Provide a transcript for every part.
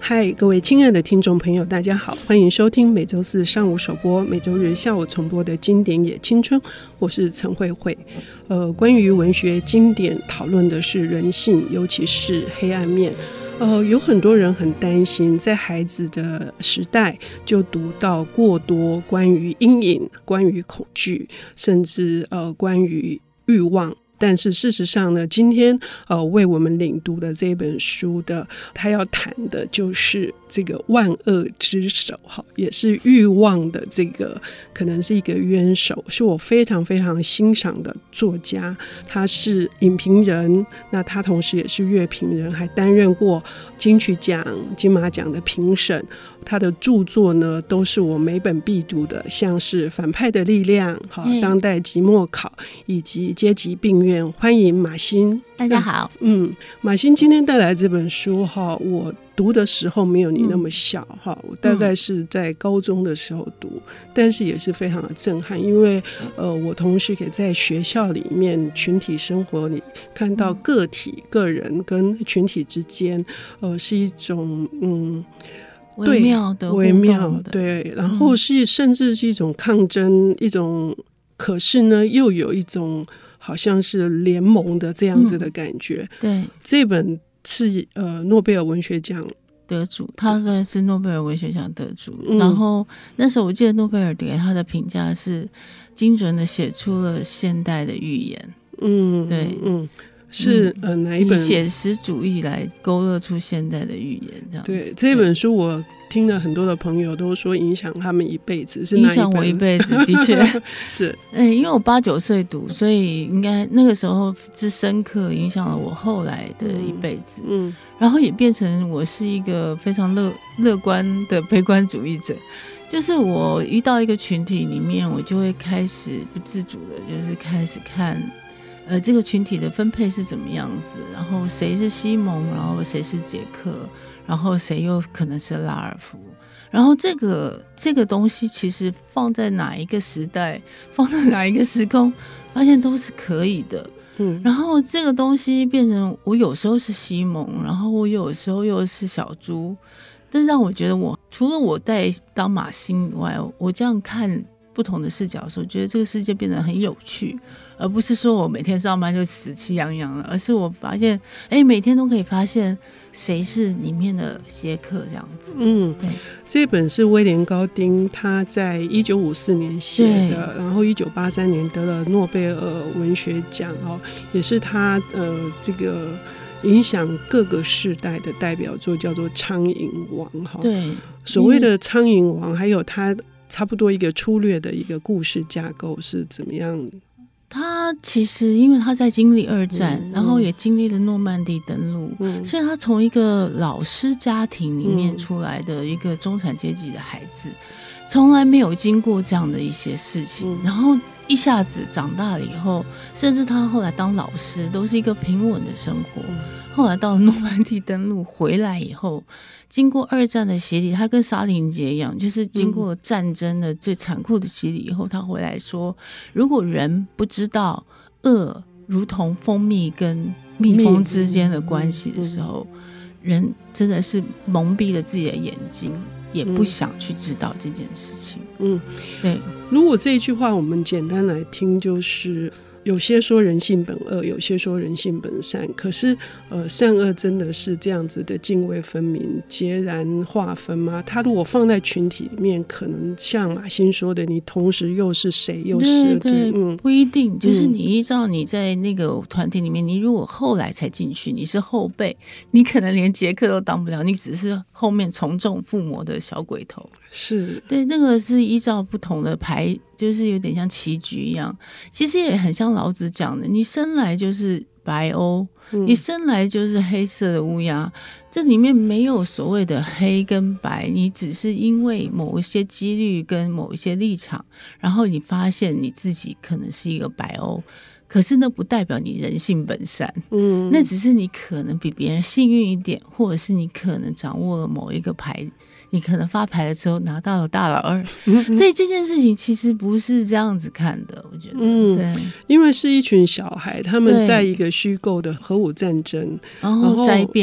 嗨，各位亲爱的听众朋友大家好，欢迎收听每周四上午首播每周日下午重播的经典也青春，我是陈慧慧。关于文学经典讨论的是人性，尤其是黑暗面。有很多人很担心在孩子的时代就读到过多关于阴影，关于恐惧，甚至关于欲望。但是事实上呢，今天为我们领读的这本书的，他要谈的就是这个万恶之首，也是欲望的这个可能是一个冤手，是我非常非常欣赏的作家。他是影评人，那他同时也是乐评人，还担任过金曲奖、金马奖的评审。他的著作呢，都是我每本必读的，像是《反派的力量》、当代即墨考以及阶级病院。欢迎马欣。 大家好。 马欣今天带来这本书我读的时候没有你那么小我大概是在高中的时候读，但是也是非常的震撼，因为我同时也在学校里面群体生活里看到个体、个人跟群体之间是一种微妙的微妙，对，然后是甚至是一种抗争，一种可是呢又有一种好像是联盟的这样子的感觉。 对， 这本是诺贝尔文学奖得主，他算是诺贝尔文学奖得主。然后那时候我记得诺贝尔给他的评价是精准的写出了现代的预言。对，是哪一本？以写实主义来勾勒出现代的预言，这样子。对， 这本书我听了很多的朋友都说影响他们一辈子，是哪一本？ 影响我一辈子，的确是。 因为我8、9岁读，所以应该那个时候之深刻影响了我后来的一辈子。然后也变成我是一个非常乐观的悲观主义者。就是我遇到一个群体里面，我就会开始不自主的，就是开始看。这个群体的分配是怎么样子，然后谁是西蒙，然后谁是捷克，然后谁又可能是拉尔夫，然后这个东西其实放在哪一个时代，放在哪一个时空，发现都是可以的。然后这个东西变成我有时候是西蒙，然后我有时候又是小猪，这让我觉得除了我在当马欣以外，我这样看不同的视角的时候，觉得这个世界变得很有趣，而不是说我每天上班就死气洋洋了，而是我发现每天都可以发现谁是里面的杰克这样子。对， 这本是威廉高丁他在1954年写的，然后1983年得了诺贝尔文学奖也是他这个影响各个世代的代表作，叫做《苍蝇王》。 对， 所谓的苍蝇王还有他差不多一个粗略的一个故事架构是怎么样？ 他其实因为他在经历2战，然后也经历了诺曼底登陆，所以他从一个老师家庭里面出来的一个中产阶级的孩子，从来没有经过这样的一些事情，然后一下子长大了以后，甚至他后来当老师都是一个平稳的生活。后来到了诺曼底登陆回来以后，经过2战的洗礼，他跟沙林杰一样，就是经过了战争的最残酷的洗礼以后，他回来说，如果人不知道恶如同蜂蜜跟蜜蜂之间的关系的时候，人真的是蒙蔽了自己的眼睛，也不想去知道这件事情。对。 如果这一句话我们简单来听，就是有些说人性本恶，有些说人性本善，可是善恶真的是这样子的泾渭分明、截然划分吗？他如果放在群体里面，可能像马欣说的，你同时又是谁又是对，不一定。就是你依照你在那个团体里面，你如果后来才进去，你是后辈，你可能连杰克都当不了，你只是后面从众附魔的小鬼头。 是， 对，那个是依照不同的牌，就是有点像棋局一样，其实也很像老子讲的，你生来就是白鸥，你生来就是黑色的乌鸦，这里面没有所谓的黑跟白，你只是因为某一些几率跟某一些立场，然后你发现你自己可能是一个白鸥，可是那不代表你人性本善，那只是你可能比别人幸运一点，或者是你可能掌握了某一个牌，你可能发牌的时候拿到了大老二，所以这件事情其实不是这样子看的，我觉得，对， 因为是一群小孩，他们在一个虚构的核武战争， 然后灾变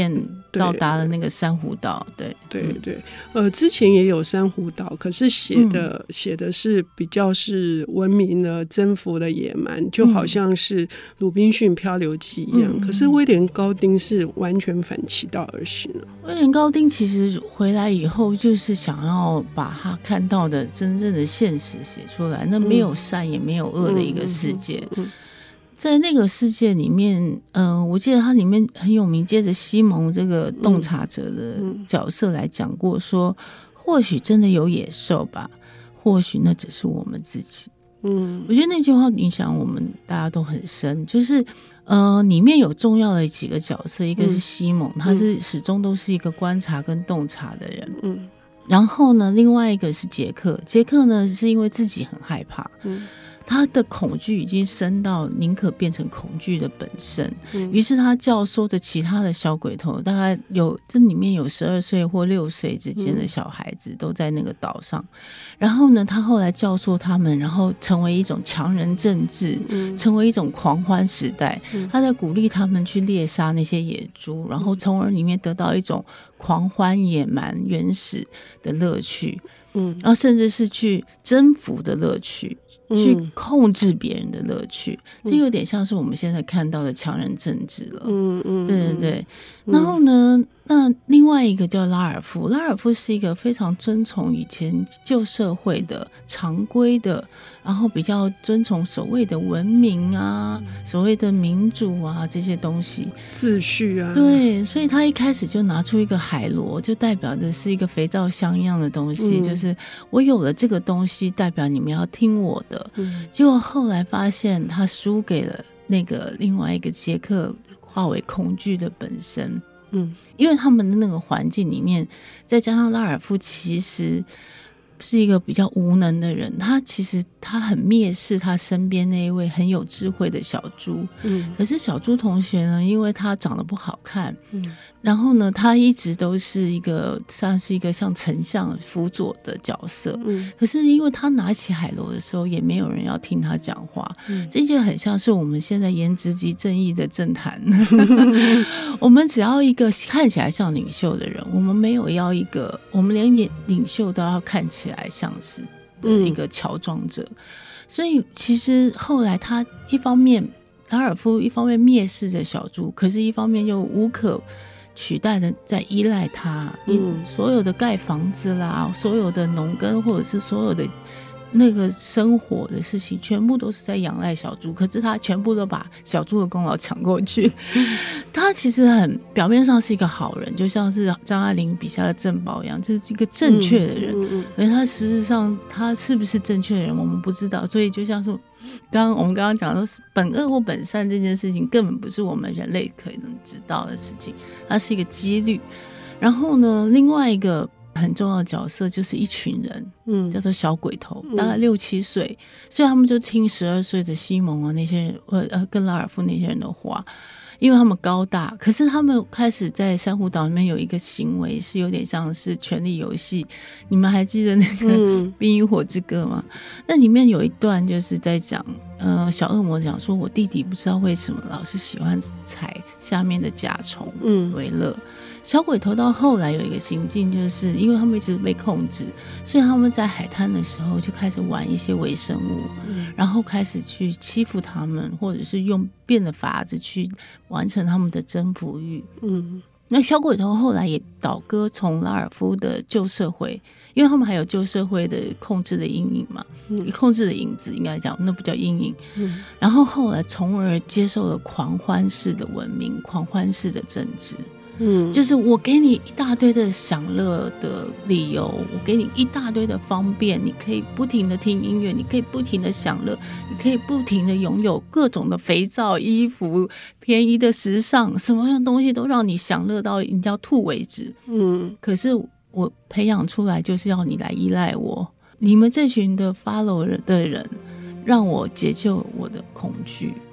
到达了那个珊瑚岛。对对对，之前也有珊瑚岛，可是写的是比较是文明了征服了野蛮，就好像是鲁滨逊漂流记一样。可是威廉高丁是完全反其道而行了。 威廉高丁其实回来以后就是想要把他看到的真正的现实写出来，那没有善也没有恶的一个世界。在那个世界里面，我记得它里面很有名，接着西蒙这个洞察者的角色来讲过说，或许真的有野兽吧，或许那只是我们自己。我觉得那句话影响我们大家都很深，就是里面有重要的几个角色，一个是西蒙，他是始终都是一个观察跟洞察的人。然后呢，另外一个是杰克，杰克呢是因为自己很害怕。他的恐惧已经深到宁可变成恐惧的本身，于是他教唆着其他的小鬼头，大概这里面有12岁或6岁之间的小孩子都在那个岛上。然后呢，他后来教唆他们，然后成为一种强人政治，成为一种狂欢时代。他在鼓励他们去猎杀那些野猪，然后从而里面得到一种狂欢、野蛮、原始的乐趣，然后甚至是去征服的乐趣，去控制别人的乐趣，这有点像是我们现在看到的强人政治了。对对对。然后呢，那另外一个叫拉尔夫，拉尔夫是一个非常遵从以前旧社会的常规的，然后比较遵从所谓的文明啊，所谓的民主啊这些东西， 秩序啊。 对，所以他一开始就拿出一个海螺，就代表的是一个肥皂箱一样的东西，就是我有了这个东西，代表你们要听我的。结果后来发现他输给了那个另外一个杰克，化为恐惧的本身。因为他们的那个环境里面，再加上拉尔夫其实是一个比较无能的人，他很蔑视他身边那一位很有智慧的小猪。可是小猪同学呢，因为他长得不好看，然后呢，他一直都是一个像丞相辅佐的角色。可是因为他拿起海螺的时候，也没有人要听他讲话。这就很像是我们现在颜值及正义的政坛。我们只要一个看起来像领袖的人，我们没有要一个，我们连领袖都要看起来像是的一个乔装者。所以其实后来他一方面拉尔夫一方面蔑视着小猪，可是一方面又无可取代的在依赖他。所有的盖房子啦，所有的农耕，或者是所有的那个生活的事情，全部都是在仰赖小猪，可是他全部都把小猪的功劳抢过去。他其实表面上是一个好人，就像是张爱玲笔下的郑宝一样，就是一个正确的人。可是他实质上他是不是正确的人，我们不知道。所以就像是我们刚刚讲的，本恶或本善这件事情，根本不是我们人类可能知道的事情，它是一个几率。然后呢，另外一个很重要的角色就是一群人，叫做小鬼头，大概6、7岁，所以他们就听12岁的西蒙啊那些人，跟拉尔夫那些人的话，因为他们高大。可是他们开始在珊瑚岛里面有一个行为，是有点像是权力游戏。你们还记得那个《冰与火之歌》吗？那里面有一段就是在讲，小恶魔讲说，我弟弟不知道为什么老是喜欢踩下面的甲虫为乐。小鬼头到后来有一个行径，就是因为他们一直被控制，所以他们在海滩的时候就开始玩一些微生物，然后开始去欺负他们，或者是用变的法子去完成他们的征服欲。那小鬼头后来也倒戈从拉尔夫的旧社会，因为他们还有旧社会的控制的阴影嘛，控制的影子应该讲，那不叫阴影。然后后来从而接受了狂欢式的文明，狂欢式的政治。就是我给你一大堆的享乐的理由，我给你一大堆的方便，你可以不停的听音乐，你可以不停的享乐，你可以不停的拥有各种的肥皂、衣服、便宜的时尚，什么样的东西都让你享乐到你要吐为止。可是我培养出来就是要你来依赖我，你们这群的 follow 的人让我解救我的恐惧，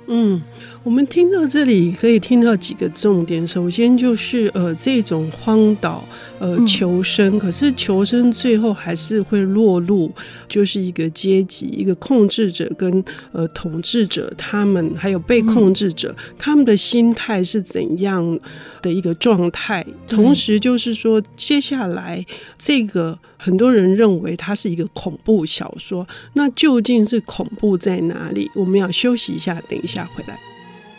我们听到这里可以听到几个重点。首先就是这种荒岛求生，可是求生最后还是会落入就是一个阶级，一个控制者跟统治者，他们还有被控制者，他们的心态是怎样的一个状态。同时就是说，接下来这个很多人认为它是一个恐怖小说，那究竟是恐怖在哪里？我们要休息一下，等一下回来。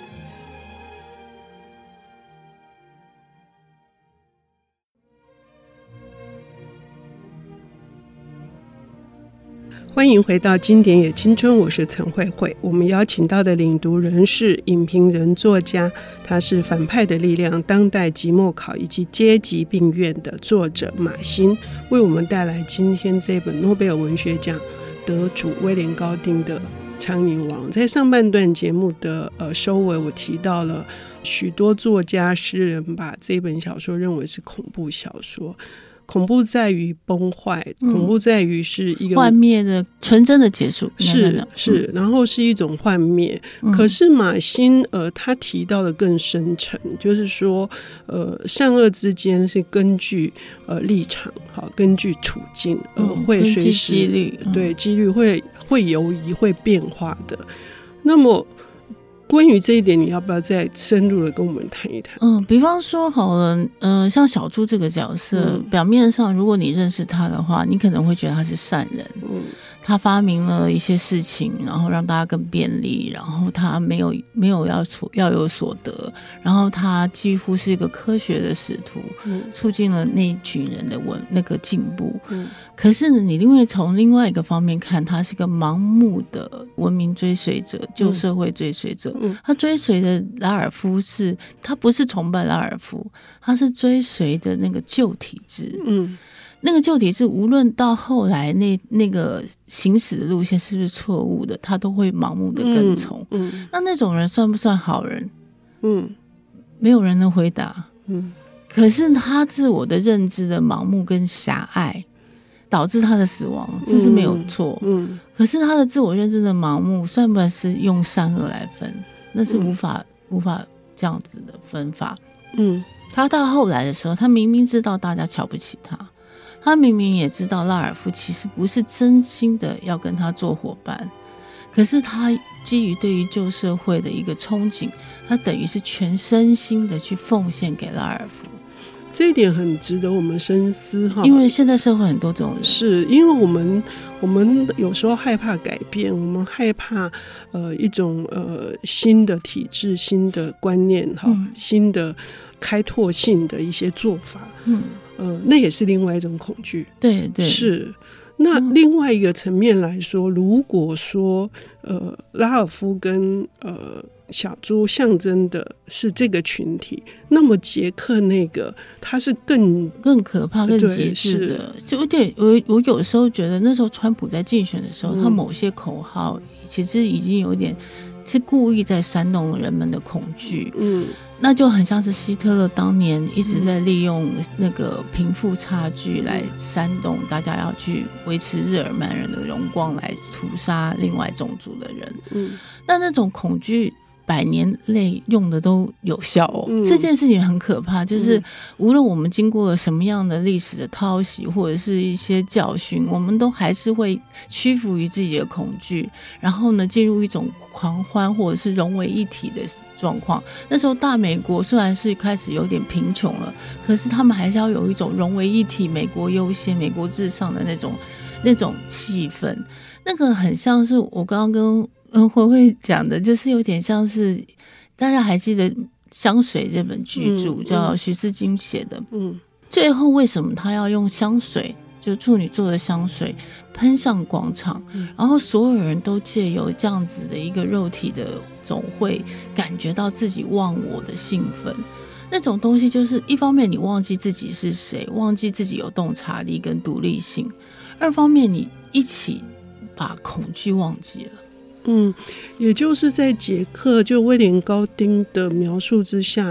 欢迎回到经典也青春，我是陈慧慧。我们邀请到的领读人是影评人作家，他是《反派的力量》、当代即墨考以及阶级病院的作者马欣，为我们带来今天这本诺贝尔文学奖得主威廉高丁的《苍蝇王》。在上半段节目的收尾，我提到了许多作家诗人把这本小说认为是恐怖小说。恐怖在于崩坏，恐怖在于是一个幻灭的纯真的结束， 是，然后是一种幻灭。可是马欣他提到的更深沉，就是说善恶之间是根据立场，好，根据处境会随时几率， 对，几率会游移会变化的。那么关于这一点，你要不要再深入的跟我们谈一谈？ 比方说好了，像小猪这个角色，表面上如果你认识他的话，你可能会觉得他是善人，他发明了一些事情，然后让大家更便利，然后他没有要有所得，然后他几乎是一个科学的使徒，促进了那群人的那个进步。可是呢，你因为从另外一个方面看，他是个盲目的文明追随者，旧社会追随者。他追随的拉尔夫他不是崇拜拉尔夫，他是追随的那个旧体制。那个旧体制无论到后来那个行驶的路线是不是错误的，他都会盲目的跟从。那种人算不算好人？没有人能回答。可是他自我的认知的盲目跟狭隘导致他的死亡，这是没有错。可是他的自我认知的盲目算不算是用善恶来分？那是无法这样子的分法。他到后来的时候，他明明知道大家瞧不起他，他明明也知道拉尔夫其实不是真心的要跟他做伙伴，可是他基于对于旧社会的一个憧憬，他等于是全身心的去奉献给拉尔夫。 这一点很值得我们深思哈， 因为现在社会很多这种人， 是因为我们有时候害怕改变，我们害怕一种新的体制、新的观念哈，新的开拓性的一些做法，那也是另外一种恐惧。 对对， 是。那另外一个层面来说，如果说拉尔夫跟小猪象征的是这个群体，那么捷克那个他是更可怕、更极致的。就我有时候觉得，那时候川普在竞选的时候，他某些口号其实已经有点是故意在煽动人们的恐惧。那就很像是希特勒当年一直在利用那个贫富差距来煽动大家要去维持日耳曼人的荣光，来屠杀另外种族的人。那种恐惧100年内用的都有效这件事情很可怕，就是无论我们经过了什么样的历史的淘洗或者是一些教训，我们都还是会屈服于自己的恐惧，然后呢进入一种狂欢或者是融为一体的状况。那时候大美国虽然是开始有点贫穷了，可是他们还是要有一种融为一体、美国优先、美国至上的那种气氛。那个很像是我刚刚跟慧慧讲的，就是有点像是大家还记得《香水》这本巨著，叫徐世金写的。最后为什么他要用香水，就处女座的香水喷上广场，然后所有人都借由这样子的一个肉体的总会感觉到自己忘我的兴奋。那种东西就是一方面你忘记自己是谁，忘记自己有洞察力跟独立性，二方面你一起把恐惧忘记了。也就是在捷克就威廉高丁的描述之下，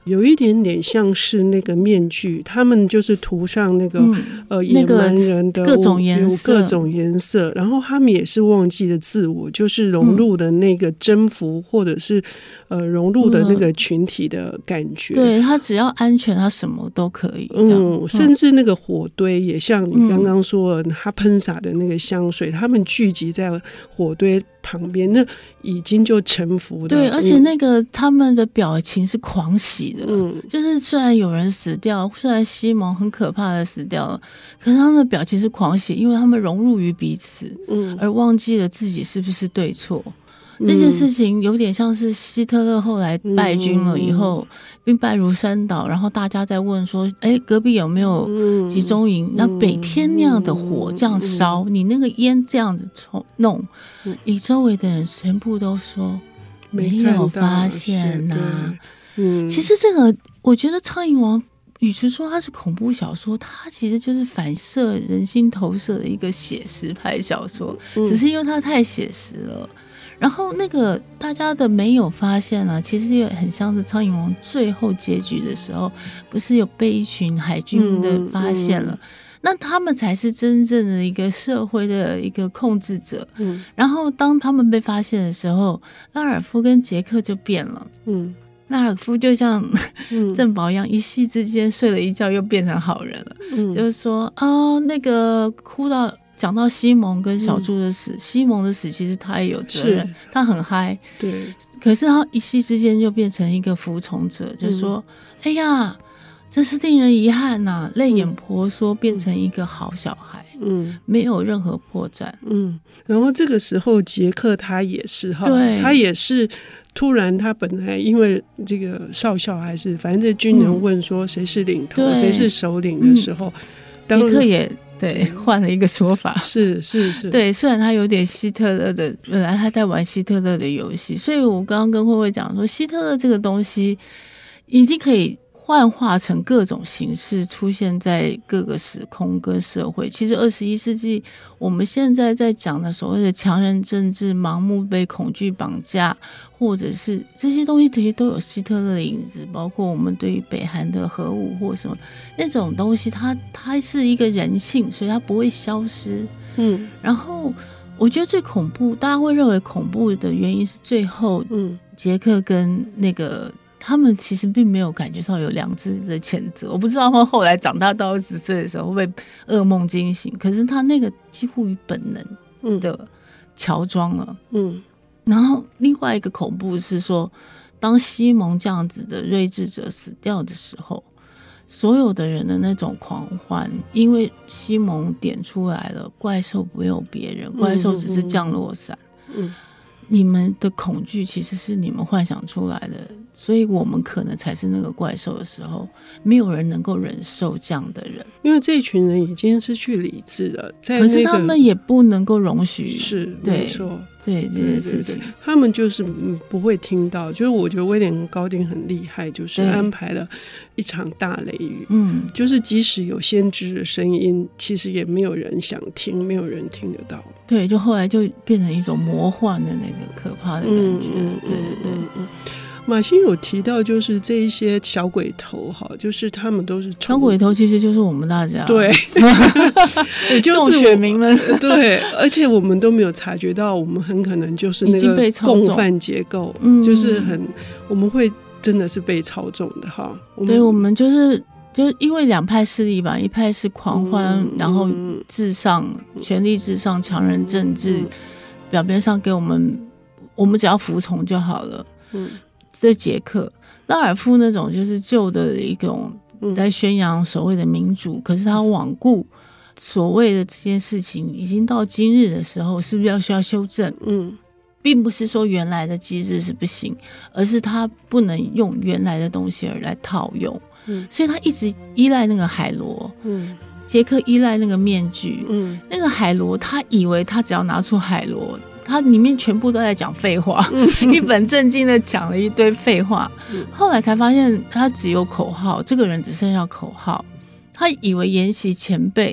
有一点点像是那个面具，他们就是涂上那个野蛮人的各种颜色， 然后他们也是忘记了自我，就是融入的那个征服或者是融入的那个群体的感觉。 对，他只要安全，他什么都可以。 甚至那个火堆也像你刚刚说的，他喷洒的那个香水，他们聚集在火堆旁边，那已经就臣服了。 对，而且那个他们的表情是狂喜的，就是虽然有人死掉，虽然西蒙很可怕的死掉了，可是他们的表情是狂喜，因为他们融入于彼此，而忘记了自己是不是对错。这件事情有点像是希特勒后来败军了以后，兵败如山倒，然后大家在问说，隔壁有没有集中营？那北天那样的火这样烧，你那个烟这样子弄，你周围的人全部都说没有发现啊。其实这个我觉得《苍蝇王》与其说它是恐怖小说，它其实就是反射人心投射的一个写实派小说，只是因为它太写实了。然后那个大家的没有发现啊，其实也很像是《苍蝇王》最后结局的时候，不是有被一群海军的发现了，那他们才是真正的一个社会的一个控制者。然后当他们被发现的时候，拉尔夫跟杰克就变了。拉尔夫就像郑宝一样，一夕之间睡了一觉又变成好人了。就是说那个哭到讲到西蒙跟小猪的死，西蒙的死其实他也有责任，他很嗨， 对， 可是他一夕之间就变成一个服从者，就说哎呀真是令人遗憾呐，泪眼婆娑，变成一个好小孩，没有任何破绽。 然后这个时候杰克他也是对， 他也是突然他本来因为这个少校还是反正这军人问说谁是领头谁是首领的时候， 杰克也对换了一个说法， 是对，虽然他有点希特勒的，本来他在玩希特勒的游戏，所以我刚刚跟慧慧讲说，希特勒这个东西已经可以幻化成各种形式出现在各个时空跟社会。其实21世纪我们现在在讲的所谓的强人政治、盲目被恐惧绑架，或者是这些东西其实都有希特勒的影子，包括我们对于北韩的核武或什么那种东西，它是一个人性，所以它不会消失。然后我觉得最恐怖，大家会认为恐怖的原因是最后杰克跟那个他们其实并没有感觉到有良知的谴责，我不知道他们后来长大到20岁的时候会被噩梦惊醒，可是他那个几乎于本能的乔装了。然后另外一个恐怖是说，当西蒙这样子的睿智者死掉的时候，所有的人的那种狂欢，因为西蒙点出来了怪兽没有别人，怪兽只是降落伞。你们的恐惧其实是你们幻想出来的，所以我们可能才是那个怪兽的时候，没有人能够忍受这样的人， 因为这一群人已经失去理智了， 可是他们也不能够容许， 是没错， 对这件事情， 他们就是不会听到。就是我觉得威廉高丁很厉害，就是安排了一场大雷雨，就是即使有先知的声音，其实也没有人想听，没有人听得到。 对，就后来就变成一种魔幻的那个可怕的感觉。对。 马欣有提到，就是这一些小鬼头哈，就是他们都是小鬼头，其实就是我们大家， 对，也就是众选民们， 对，而且我们都没有察觉到，我们很可能就是那个共犯结构，就是我们会真的是被操纵的哈。 对，我们就是因为两派势力吧，一派是狂欢，然后至上权力至上，强人政治，表面上给我们只要服从就好了。这捷克拉尔夫那种就是旧的一种在宣扬所谓的民主，可是他罔顾所谓的这件事情已经到今日的时候，是不是需要修正？并不是说原来的机制是不行，而是他不能用原来的东西而来套用。所以他一直依赖那个海螺。捷克依赖那个面具。那个海螺，他以为他只要拿出海螺，他里面全部都在讲废话，一本正经的讲了一堆废话。后来才发现他只有口号，这个人只剩下口号。他以为沿袭前辈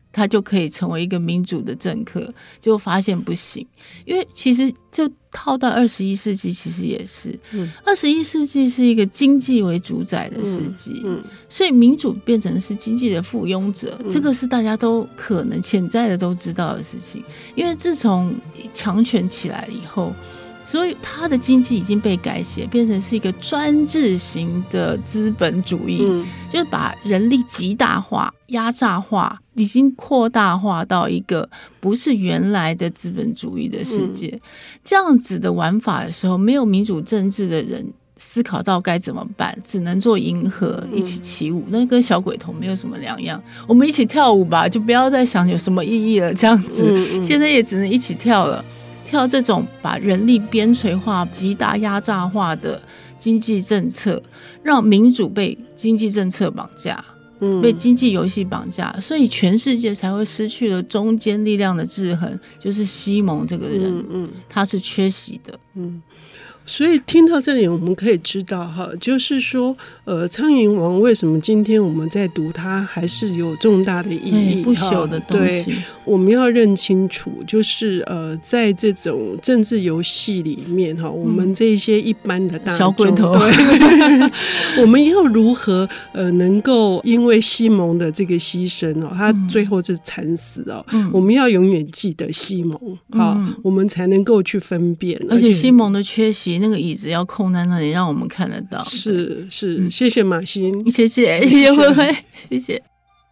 他就可以成为一个民主的政客，就发现不行。因为其实就套到21世纪，其实也是21世纪是一个经济为主宰的世纪，所以民主变成是经济的附庸者，这个是大家都可能潜在的都知道的事情。因为自从强权起来以后，所以他的经济已经被改写，变成是一个专制型的资本主义，就是把人力极大化、压榨化，已经扩大化到一个不是原来的资本主义的世界。这样子的玩法的时候，没有民主政治的人思考到该怎么办，只能做迎合，一起起舞，那跟小鬼头没有什么两样。我们一起跳舞吧，就不要再想有什么意义了，这样子，现在也只能一起跳了。跳这种把人力边陲化、极大压榨化的经济政策，让民主被经济政策绑架，被经济游戏绑架，所以全世界才会失去了中间力量的制衡，就是西蒙这个人，他是缺席的。 所以听到这里，我们可以知道哈，就是说，苍蝇王为什么今天我们在读它，还是有重大的意义， 不朽的东西。 对，我们要认清楚，就是在这种政治游戏里面哈，我们这些一般的大众小鬼头， 对，我们要如何能够因为西蒙的这个牺牲哦，他最后是惨死哦，我们要永远记得西蒙，好，我们才能够去分辨， 而且西蒙的缺席。那个椅子要空在那里，让我们看得到。 是，谢谢马欣， 谢谢慧慧，谢谢。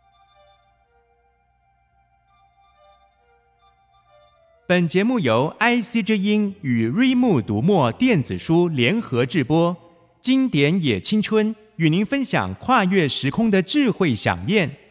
本节目由 IC 之音与瑞木读墨电子书联合制播，经典也青春与您分享跨越时空的智慧饗宴。